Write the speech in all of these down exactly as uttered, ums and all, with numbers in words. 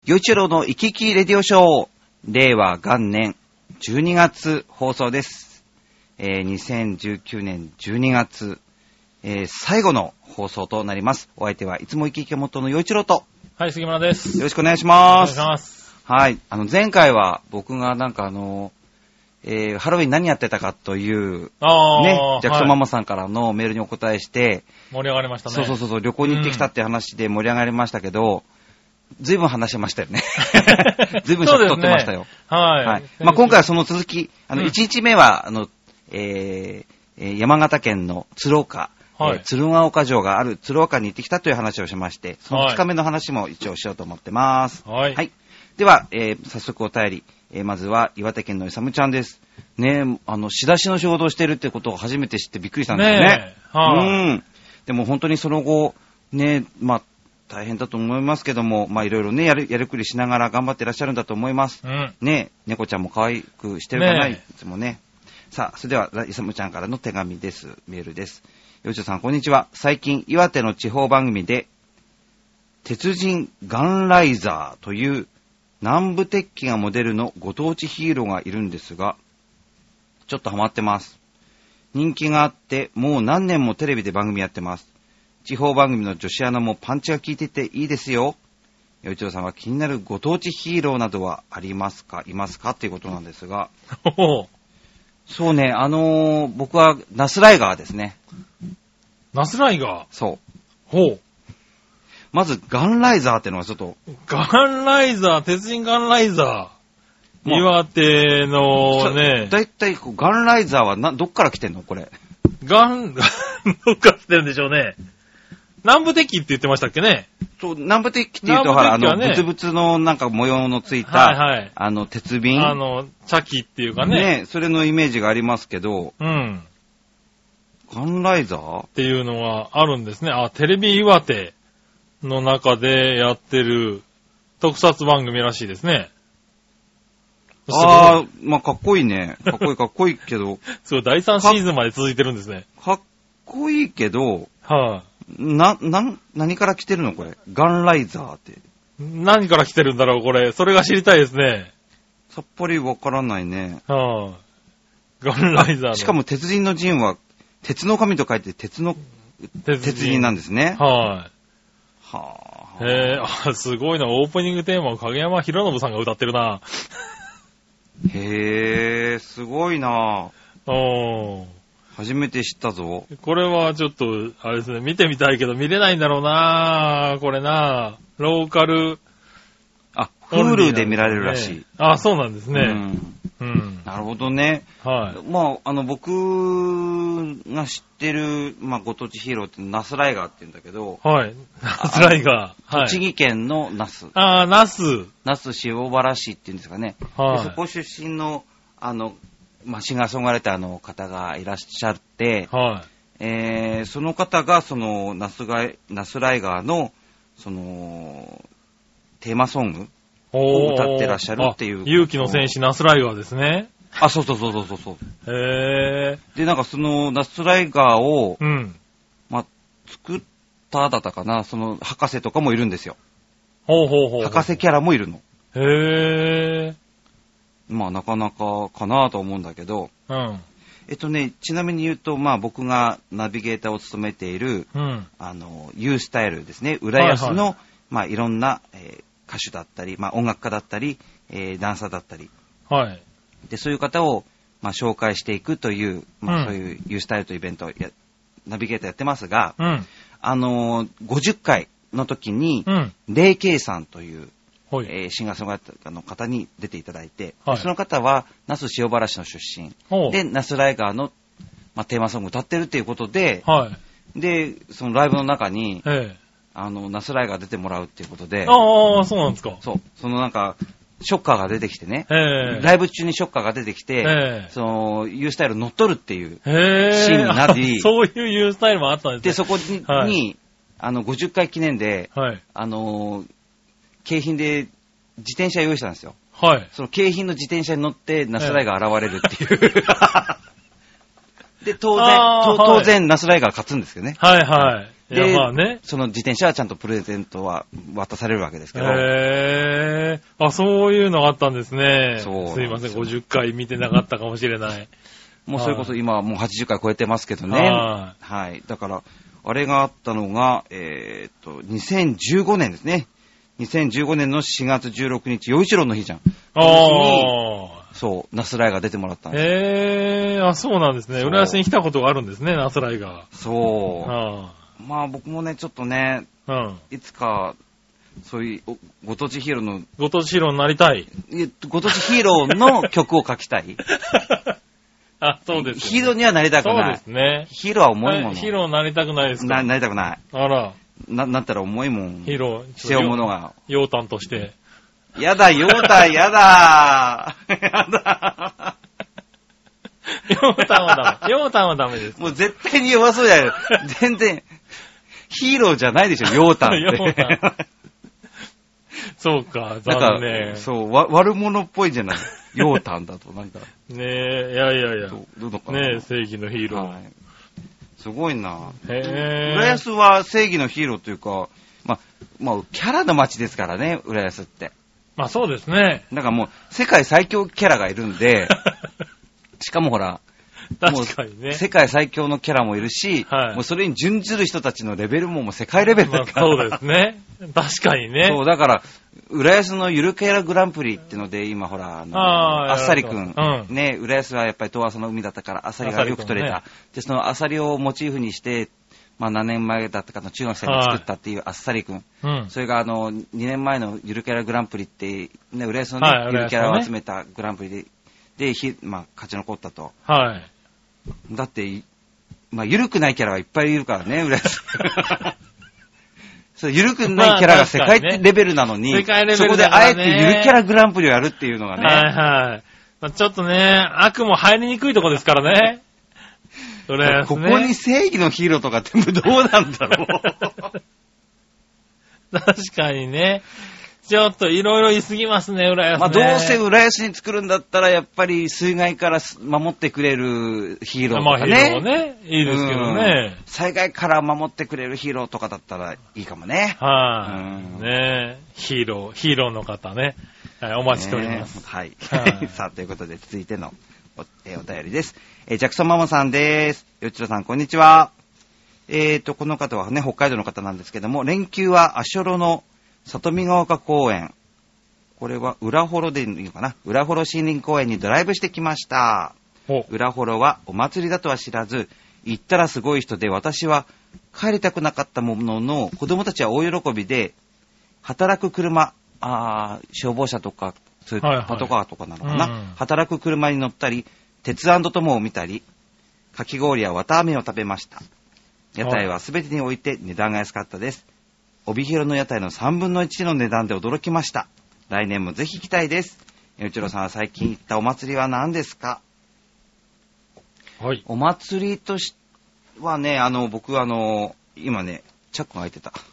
与一郎の生き生きレディオショー、令和元年じゅうにがつ放送です。えー、にせんじゅうきゅうねんじゅうにがつ、えー、最後の放送となります。お相手はいつも生き生き元の与一郎と。 はい、杉村です。 よろしくお願いします。 お願いします。 はい。あの、前回は僕がなんかあの、えー、ハロウィン何やってたかという、 あね、ジャクソンママさんからのメールにお答えして、 盛り上がりましたね。 そうそうそう、旅行に行ってきたって話で盛り上がりましたけど、うんずいぶん話しましたよね。ずいぶん尺取ってましたよ。ね、 はい。 はい。まあ、今回はその続き、あの、いちにちめは、あの、えー、山形県の鶴岡、はい、えー、鶴岡城がある鶴岡に行ってきたという話をしまして、そのふつかめの話も一応しようと思ってます。 はい。 はい。では、えー、早速お便り、えー、まずは岩手県のいさむちゃんです。ねあの、仕出しの仕事をしてるってことを初めて知ってびっくりしたんですよね。 ねはい。 うん。でも本当にその後、ねまあ、大変だと思いますけども、まあいろいろね、やる、やるくりしながら頑張ってらっしゃるんだと思います。 うん、 ね猫ちゃんも可愛くしてるかな、いつもね。さあ、それでは、いさむちゃんからの手紙です。メールです。よいちょさん、こんにちは。最近、岩手の地方番組で、鉄人ガンライザーという南部鉄器がモデルのご当地ヒーローがいるんですが、ちょっとハマってます。人気があって、もう何年もテレビで番組やってます。地方番組の女子アナもパンチが効いてていいですよ。よいちろうさんは気になるご当地ヒーローなどはありますかいますかということなんですが。そうね、あのー、僕はナスライガーですね。 ナスライガーそう。 ほう。 まずガンライザーっていうのはちょっと。 ガンライザー、鉄人ガンライザー。まあ、岩手のね。 だいたいガンライザーはなどっから来てんのこれ。 ガン、どっから来てるんでしょうね。南部鉄器って言ってましたっけね。 そう、南部鉄器って言うと、ほら、あの、ブツブツのなんか模様のついた、はいはい、あの、鉄瓶。 あの、茶器っていうかね。 ね、それのイメージがありますけど、 うん。 ガンライザーっていうのはあるんですね。あ、テレビ岩手の中でやってる特撮番組らしいですね。 ああ、まあ、かっこいいね。かっこいいかっこいいけど。 そう、だいさんシーズンまで続いてるんですね。 かっこいいけど、 はい、あ、 な、な、何から来てるのこれ。ガンライザーって。 何から来てるんだろうこれ。それが知りたいですね。 さっぱりわからないね。 はい、あ、ガンライザーの。 しかも鉄人の人は、鉄の神と書いて鉄の、鉄人なんですね。 はい、あ、 はあ。へえ、あ、すごいな。オープニングテーマを影山博信さんが歌ってるな。 へえ、すごいなぁ。 おー。 初めて知ったぞ。 これはちょっと、あれですね、見てみたいけど見れないんだろうなぁ。これなぁ。ローカル。 あ、Hulu で見られるらしい。 あ、そうなんですね。うん。 うん、なるほどね。 はい。 まあ、あの、僕が知ってる、まあ、ご当地ヒーローってナスライガーって言うんだけど。 はい。ナスライガー。 はい。栃木県のナス。 ああ、ナス。 ナス塩原市って言うんですかね。はい。でそこ出身の、あの、まあ、シンガーソングライターの方がいらっしゃって、 はい。 えー、その方が、その、ナスガイ、ナスライガーの、その、テーマソングを歌ってらっしゃるっていう。 勇気の戦士ナスライガーですね。 あ、そうそうそうそうそう。 へー。 で、なんかそのナスライガーを、 うん。 まあ、作っただったかな、その博士とかもいるんですよ。 ほうほうほう。 博士キャラもいるの。 へー。 まあ、なかなかかなと思うんだけど。 うん。 えっとね、ちなみに言うと、まあ僕がナビゲーターを務めている、 うん、 あの、ユースタイルですね、浦安の、はいはい、まあいろんな、えー、歌手だったり、まあ音楽家だったり、えー、ダンサーだったり。 はい。 で、そういう方を、まあ紹介していくという、まあそういうユースタイルというイベントをや、ナビゲーターやってますが、 うん、 あのー、ごじゅっかいの時に、 うん、 レイケイさんという、 はい、 えー、シンガーソングライターの方に出ていただいて、 はい、 その方は那須塩原市の出身で、ナスライガーの、まあ、テーマソングを歌ってるっていうことで、 はい、 で、そのライブの中に、 ええ、 あの、ナスライガー出てもらうっていうことで、 ああ、そうなんですか。 そう、そのなんか、ショッカーが出てきてね、 ええ、 ライブ中にショッカーが出てきて、 ええ、 その、ユースタイル乗っ取るっていうシーンになり、 そういうユースタイルもあったんですね。 で、そこに、はい、あの、ごじゅっかい記念で、 はい、あの、景品で自転車用意したんですよ。 はい。 その景品の自転車に乗ってナスライガー現れるっていう。で、当然、当然ナスライガー勝つんですけどね。 はいはい。 いや、まあね。 その自転車はちゃんとプレゼントは渡されるわけですけど。 へー。あ、そういうのがあったんですね。 そう。 すいません、ごじゅっかい見てなかったかもしれない。 もうそれこそ今はもうはちじゅっかい超えてますけどね。 はい。 はい。だから、あれがあったのが、えー、っと、にせんじゅうごねんですね。にせんじゅうごねんのしがつじゅうろくにち、陽一郎の日じゃん。 ああ。 そう、ナスライが出てもらったんです。 へー、あ、そうなんですね。浦安に来たことがあるんですね、ナスライが。 そう。 あまあ僕もね、ちょっとね、 うん、 いつか、そういうご当地ヒーローの、 ご当地ヒーローになりたい。 ご当地ヒーローの曲を書きたい。 あ、そうです、ね。 ヒーローにはなりたくない。 そうですね。 ヒーローは重いもの。 ヒーローになりたくないですか？ な、なりたくない。 あら。 な、なったら重いもん。 ヒーロー。 背負うものが。 ヨータンとして。 やだ、ヨータン、やだー。やだー。ヨータンはダメ。ヨータンはダメです。 もう絶対に弱そうじゃない。全然、ヒーローじゃないでしょ、ヨータンって。 ヨータン。そうか、残念。 そう、わ悪者っぽいじゃない。ヨータンだと、なんか。 ねえ、いやいやいや。 どうどうかな。 ねえ、正義のヒーロー。はい、 すごいな。 へえ。 浦安は正義のヒーローというか、まあ、まあ、キャラの街ですからね、浦安って。 まあそうですね。 だからもう、世界最強キャラがいるんで、しかもほら、 確かにね。 世界最強のキャラもいるし、はい、もうそれに準ずる人たちのレベルももう世界レベルだから。 まあ、そうですね。確かにね。 そう、だから、浦安のゆるキャラグランプリってので、今ほら、あの、ああっさりくん、うん、ね、浦安はやっぱり遠浅の海だったから、あっさりがよく取れた。ね、で、そのあっさりをモチーフにして、まあ何年前だったかの中学生に作ったっていうあっさりくん。うん、それがあの、にねんまえのゆるキャラグランプリって、ね、浦安のね、はい、ゆるキャラを集めたグランプリで、で、ひまあ、勝ち残ったと。 はい。 だって、まあ、ゆるくないキャラはいっぱいいるからね、浦安。そう、ゆるくないキャラが世界レベルなのに、 世界レベルそこであえてゆるキャラグランプリをやるっていうのがね。 はいはい。まあ、ちょっとね、悪も入りにくいとこですからね。それ、ね、 ここに正義のヒーローとかってどうなんだろう。確かにね。ちょっといろいろ言いすぎますね、浦安ね。 まあどうせ浦安に作るんだったら、やっぱり水害から守ってくれるヒーローとかね。 まあヒーローね。いいですけどね。 災害から守ってくれるヒーローとかだったらいいかもね。 はい、ねヒーロー、ヒーローの方ね。はい、お待ちしております。 はい。はい、さあ、ということで続いての お, えお便りです。えー、ジャクソンママさんです。よっちろさん、こんにちは。えーと、この方はね、北海道の方なんですけども、連休は足寄の里見ヶ丘公園。これは裏幌でいいのかな。裏幌森林公園にドライブしてきました。裏幌はお祭りだとは知らず、行ったらすごい人で、私は帰りたくなかったものの、子供たちは大喜びで、働く車、あ消防車とか、そういうパトカーとかなのかな、はいはいうん、働く車に乗ったり、鉄腕友を見たり、かき氷や綿飴を食べました。屋台はすべてにおいて値段が安かったです。帯広の屋台のさんぶんのいちの値段で驚きました。来年もぜひ行きたいです。よちろさんは最近行ったお祭りは何ですか？ はい。 お祭りとしてはね、あの、僕あの、今ね、チャックが開いてた。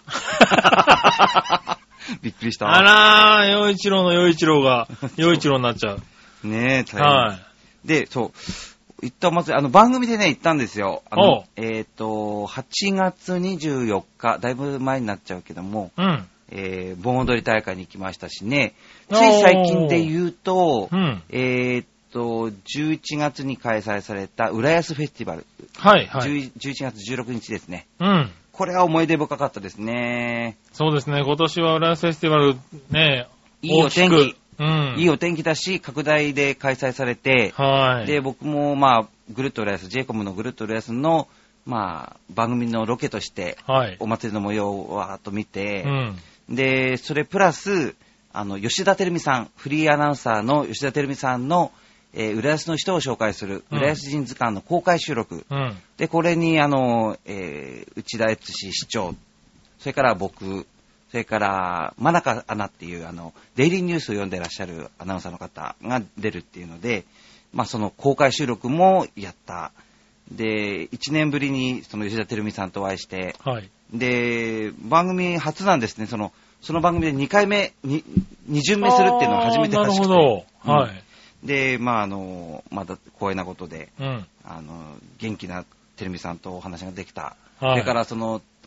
びっくりした。 あらー、陽一郎の陽一郎が、陽一郎になっちゃう。 ねえ、大変。 はい。 で、そう。行ったお祭り、あの、番組でね、行ったんですよ。あの、えっと、はちがつにじゅうよっか、だいぶ前になっちゃうけども、 うん。 えー、盆踊り大会に行きましたしね、つい最近で言うと、 うん、 えっと、じゅういちがつに開催された浦安フェスティバル。 はいはい。 じゅういちがつじゅうろくにちですね。 うん。 これは思い出深かったですね。 そうですね、今年は浦安フェスティバル、ね、 いいお天気。 うん、 いいお天気だし、拡大で開催されて、 はい。 で、僕も、まあ、ぐるっと浦安、ジェイコムのぐるっと浦安の、まあ、番組のロケとして、はい、お祭りの模様をわーっと見て、うん、で、それプラス、あの、吉田照美さん、フリーアナウンサーの吉田照美さんの、えー、浦安の人を紹介する、浦安人図鑑の公開収録。うん、で、これに、あの、えー、内田悦司市長、それから僕、それから、真中アナっていう、あの、デイリーニュースを読んでらっしゃるアナウンサーの方が出るっていうので、まあ、その公開収録もやった。で、いちねんぶりに、その吉田照美さんとお会いして、はい、で、番組初なんですね、その、その番組でにかいめ、に、二巡目するっていうのは初めてらしくて。 なるほど。はい。 うん、で、まあ、あの、まだ光栄なことで、 うん、 あの、元気な照美さんとお話ができた。 はい、 それから、その、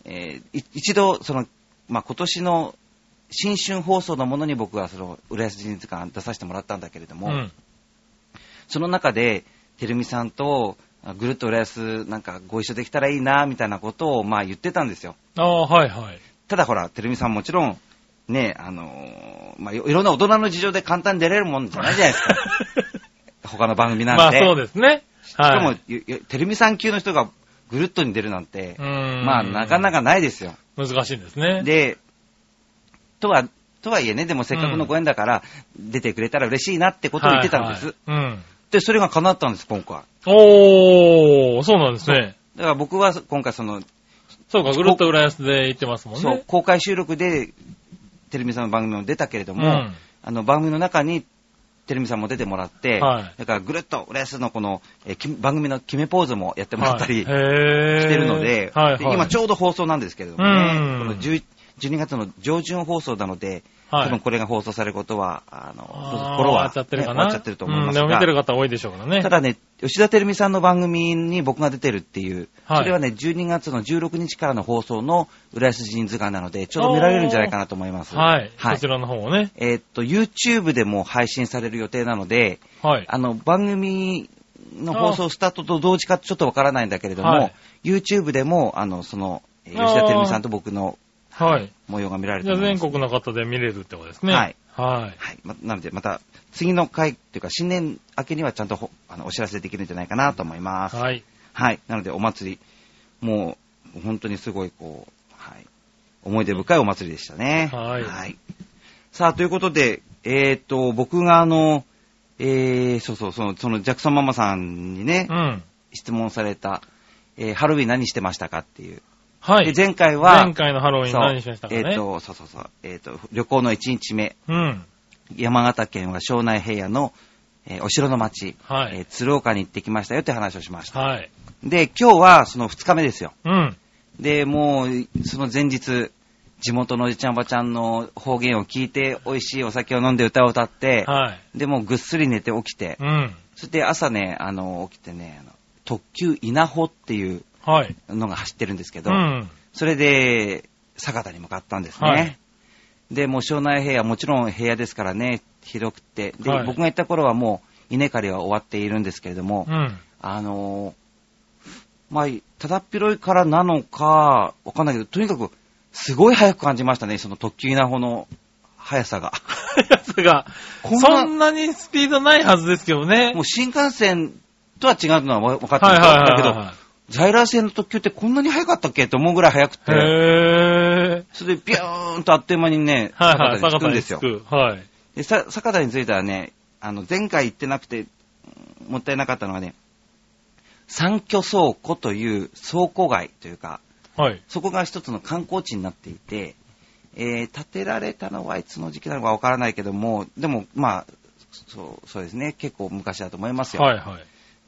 えー、一度、その、まあ、今年の新春放送のものに僕はその、浦安人図鑑出させてもらったんだけれども、うん、その中で、てるみさんと、ぐるっと浦安なんかご一緒できたらいいな、みたいなことを、まあ言ってたんですよ。 ああ、はいはい。 ただほら、てるみさんもちろん、ね、あのー、まあいろんな大人の事情で簡単に出れるもんじゃないじゃないですか。他の番組なんて。 まあそうですね。 しかも、はい、てるみさん級の人がぐるっとに出るなんて、まあなかなかないですよ。 難しいですね。 で、とは、とはいえね、でもせっかくのご縁だから、出てくれたら嬉しいなってことを言ってたんです。はいはい、うん。で、それが叶ったんです、今回。 おー、そうなんですね。 だから僕は今回その、 そうか、ぐるっと浦安で行ってますもんね。 そう、公開収録で、てるみさんの番組も出たけれども、うん、あの、番組の中に、てるみさんも出てもらって、はい、だからぐるっと浦安のこの、えー、番組の決めポーズもやってもらったりしてるので、はいはい、で今ちょうど放送なんですけれどもね、このじゅうにがつの上旬放送なので、はい、多分これが放送されることは、あの、頃は、ね、終わっちゃってるかな、終わっちゃってると思いますが、 うん、でも見てる方多いでしょうからね。 ただね、吉田照美さんの番組に僕が出てるっていう、はい、それはね、じゅうにがつのじゅうろくにちからの放送の浦安人図鑑なので、ちょうど見られるんじゃないかなと思います。 はい。はい。こちらの方をね。 えー、っと、YouTube でも配信される予定なので、はい。あの、番組の放送スタートと同時かちょっとわからないんだけれども、はい、YouTube でも、あの、その、吉田照美さんと僕の、はい。模様が見られてます。 じゃあ全国の方で見れるってことですね。 はい。 はい。 はい。ま、なので、また、次の回っていうか、新年明けにはちゃんとあのお知らせできるんじゃないかなと思います。 はい。 はい。なので、お祭り、もう、本当にすごい、こう、はい。思い出深いお祭りでしたね。 はい。 はい。さあ、ということで、えっと、僕があの、えー、そうそう、その、その、ジャクソンママさんにね、うん、質問された、えー、ハロウィン何してましたかっていう。 はい。 で、前回は、 前回のハロウィン何しましたかね。 えっと、そうそうそう、えっと、旅行のいちにちめ。 うん。 山形県は庄内平野の、えー、お城の町、はい、えー、鶴岡に行ってきましたよって話をしました。 はい。 で、今日はそのふつかめですよ。 うん。 で、もう、その前日、地元のおじちゃんおばちゃんの方言を聞いて、美味しいお酒を飲んで歌を歌って、 はい。 で、もうぐっすり寝て起きて、 うん。 そして朝ね、あの、起きてね、あの特急稲穂っていうのが走ってるんですけど、 はい、うん。 それで、酒田に向かったんですね。はい。で、もう庄内平野、もちろん平野ですからね、広くて。で、はい、僕が行った頃はもう稲刈りは終わっているんですけれども、 うん、 あのー、まあ、ただっ広いからなのか、わかんないけど、とにかく、すごい速く感じましたね、その特急稲穂の速さが。 速さが。そんなにスピードないはずですけどね。 もう新幹線とは違うのは分かってるんだけど、在来線の特急ってこんなに速かったっけと思うぐらい速くて。 へー。 それでビューンとあっという間にね、 はいはい、 酒田に着くんですよ。 はい。 で、さ、酒田に着いたらね、あの、前回行ってなくて、もったいなかったのはね、三居倉庫という倉庫街というか、 はい。 そこが一つの観光地になっていて、えー、建てられたのはいつの時期なのかわからないけども、でも、まあ、そう、そうですね、結構昔だと思いますよ。 はいはい。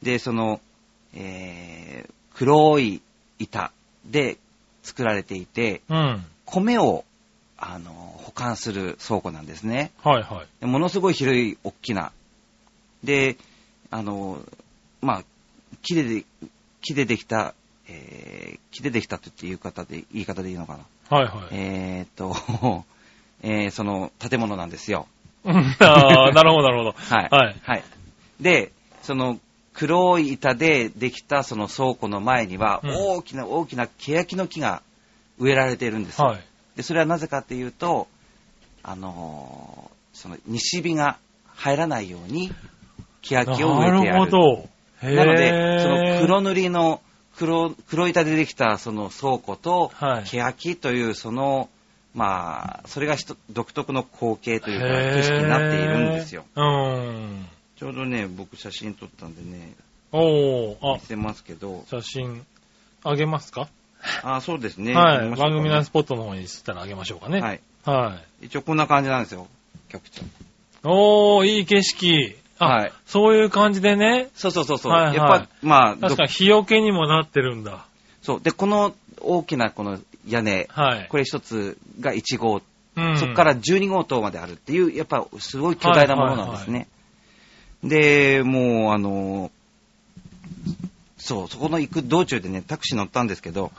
で、その、えー、黒い板で作られていて、 うん、 米をあの保管する倉庫なんですね。 はいはい。 ものすごい広い大きな。で、あのまあ木で木でできた、えー、木でできたという言い方で言い方でいいのかな。はいはい。 えー、っと、えー、その建物なんですよ。 ああ、なるほどなるほど。 はいはいはい。で、その黒い板でできたその倉庫の前には大きな大きな欅の木が植えられているんですよ。 はい、でそれはなぜかというと、あのー、その西日が入らないように欅を植えてやる。 なるほど。へなので、その黒塗りの 黒, 黒板でできたその倉庫と欅というその、まあ、それが独特の光景というか景色になっているんですよ。 うん。 ちょうどね、僕写真撮ったんでね、 おー、あ、 見せますけど。 写真、あげますか？ あ、そうですね。 はい。番組のスポットの方にしたらあげましょうかね。 はい。 はい。 一応こんな感じなんですよ、局長。 おー、いい景色。あ、はい。そういう感じでね。 そうそうそうそう。 はいはい、 やっぱ、まあ。 確かに日よけにもなってるんだ。 そう。で、この大きなこの屋根。はい。これ一つがいち号。うん。そこからじゅうに号棟まであるっていう、やっぱすごい巨大なものなんですね。はいはいはい、で、もう、あの、そう、そこの行く道中でね、タクシー乗ったんですけど、 はい。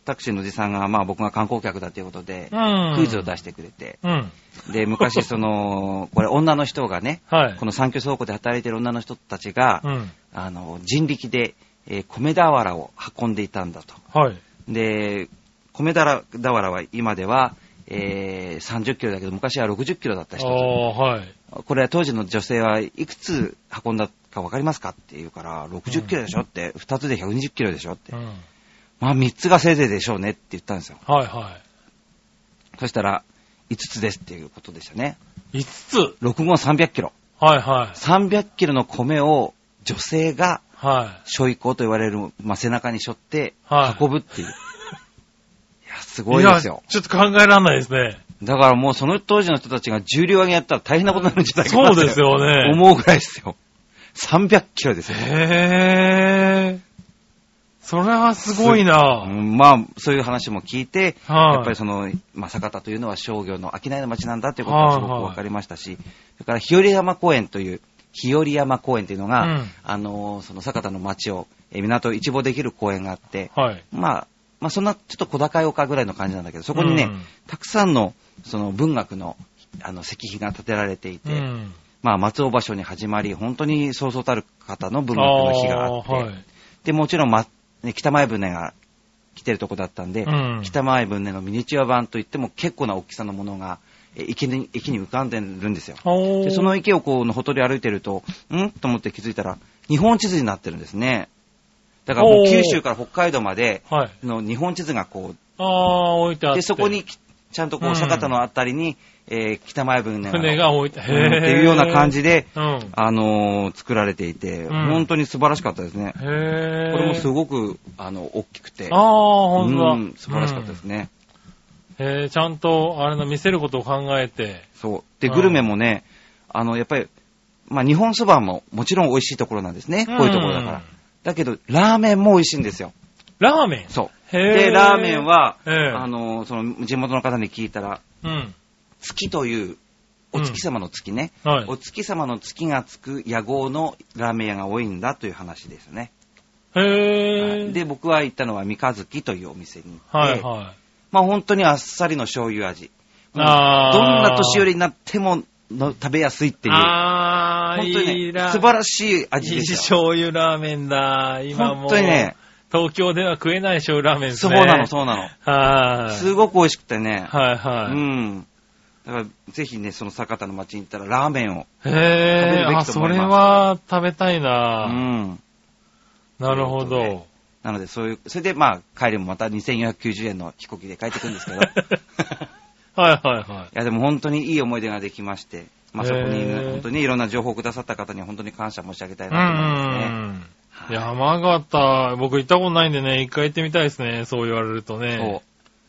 タクシーのおじさんが、まあ僕が観光客だということで、 うん。 クイズを出してくれて、 うん。 で、昔その、これ女の人がね、 はい。 この三居倉庫で働いてる女の人たちが、 うん。 あの、人力で、えー米俵を運んでいたんだと。 はい。 で、米俵は今では、えー、さんじゅっキロだけど、昔はろくじゅっキロだったあ人。 あ、はい。 これは当時の女性はいくつ運んだか分かりますかって言うから、ろくじゅっキロでしょって、ふたつでひゃくにじゅっキロでしょって。 うん。 まあみっつがせいぜいでしょうねって言ったんですよ。 はいはそしたら、いつつですっていうことでしたね。 い。いつつ。 ろくごうさんびゃっキロ。 はいはい。 さんびゃっキロの米を女性が、 はい。 背負い子と言われる、まあ、背中に背負ってはい運ぶっていう。いや、すごいですよ。 いや、ちょっと考えられないですね。 だからもうその当時の人たちが重量挙げやったら大変なことになるんじゃないかなってそうですよね。 思うぐらいですよ。さんびゃっキロですよ。 へー。それはすごいな、 うん、まあ、そういう話も聞いて、 はい、 やっぱりその、まあ、酒田というのは商業の商いの町なんだということがすごく分かりましたし、はいはい、それから日和山公園という、日和山公園というのが、うん、あの、その酒田の町を、えー、港を一望できる公園があって、はい、まあ、まあ、そんなちょっと小高い丘ぐらいの感じなんだけど、そこにね、うん、たくさんの、その文学の、あの、石碑が建てられていて、うん、まあ、松尾芭蕉に始まり、本当にそうそうたる方の文学の碑があって、はい、で、もちろん、ま、ね、北前船が来てるとこだったんで、うん、北前船のミニチュア版といっても結構な大きさのものが、え池に、池に浮かんでるんですよ。で、その池をこう、のほとり歩いてると、んと思って気づいたら、日本地図になってるんですね。だからもう九州から北海道までの日本地図がこう、 あ置いてあって、 で、そこにちゃんとこう、酒田のあたりに、えー、北前船が、 船が置いて、へー、 っていうような感じで、 うん、 あのー、作られていて、うん、本当に素晴らしかったですね。 へー、 これもすごく、あの、大きくて、 あー、ほんとだ、 うん、素晴らしかったですね。 うん、へー、ちゃんと、あれの見せることを考えて。 そう。で、グルメもね、あの、やっぱり、まあ、日本そばももちろん美味しいところなんですね。こういうところだから。だけど、ラーメンも美味しいんですよ。 ラーメン？ そう。 へー。 で、ラーメンは、 へー、 あの、その、地元の方に聞いたら、 うん。 月という、お月様の月ね、 うん、はい。 お月様の月がつく屋号のラーメン屋が多いんだという話ですね。 へー。 で、僕は行ったのは三日月というお店に行って、 はいはい。 まあ本当にあっさりの醤油味。 あー。 どんな年寄りになってもの食べやすいっていう。 あー、 本当に、ね、 いい素晴らしい味ですよ。 いい醤油ラーメンだ。今もう。 本当にね。 東京では食えない醤油ラーメンですね。 そうなの、そうなの。 はい。 すごく美味しくてね。 はいはい。 うん。だからぜひね、その酒田の町に行ったらラーメンを食べへるべきと思います。 あ、それは食べたいな。 うん。 なるほど。 なので、そういう、それでまあ、帰りもまたにせんよんひゃくきゅうじゅうえんの飛行機で帰ってくるんですけど。 はいはいはい。 いや、でも本当にいい思い出ができまして、まあそこに、ね、本当にいろんな情報をくださった方には本当に感謝申し上げたいなと思いますね。うんはい、 山形、僕行ったことないんでね、一回行ってみたいですね、そう言われるとね。 そう。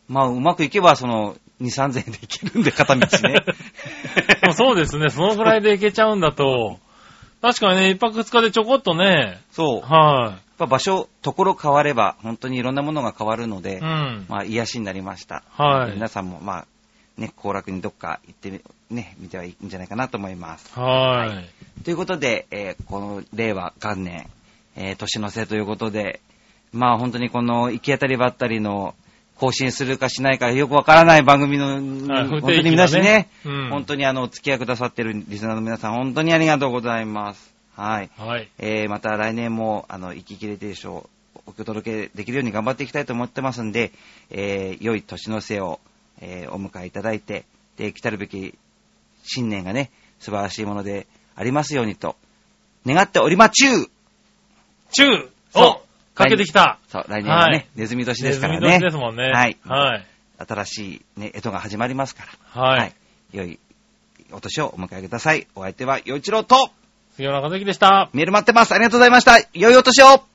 まあ、うまくいけば、その、に、さんぜんえんで行けるんで、片道ね。 そうですね、そのぐらいで行けちゃうんだと、確かにね、一泊二日でちょこっとね。 そう。 はい。やっぱ場所、ところ変われば、本当にいろんなものが変わるので、 うん、 まあ、癒しになりました。 はい。 皆さんも、まあ、ね、行楽にどっか行ってみ、ね、見てはいいんじゃないかなと思います。 はい。 はい、ということで、えー、この令和元年、えー、年の瀬ということで、まあ本当にこの行き当たりばったりの更新するかしないかよくわからない番組の、はい、本当に皆さんね、うん、本当にあの、お付き合いくださっているリスナーの皆さん、本当にありがとうございます。はい。 はい。 えー、また来年も、あの、生き切れてでしょう、お届けできるように頑張っていきたいと思ってますんで、えー、良い年の瀬を、えー、お迎えいただいて、で、来たるべき新年がね、素晴らしいものでありますようにと、願っておりまちゅう中おかけてきた。 そう、来年はね、はい、ネズミ年ですからね。 ネズミ年ですもんね。 はい。 はい。 新しいね、干支が始まりますから。はい。はい、 良いお年をお迎えください。お相手は、陽一郎と、 杉村和之でした。 メール待ってます。ありがとうございました。良いお年を。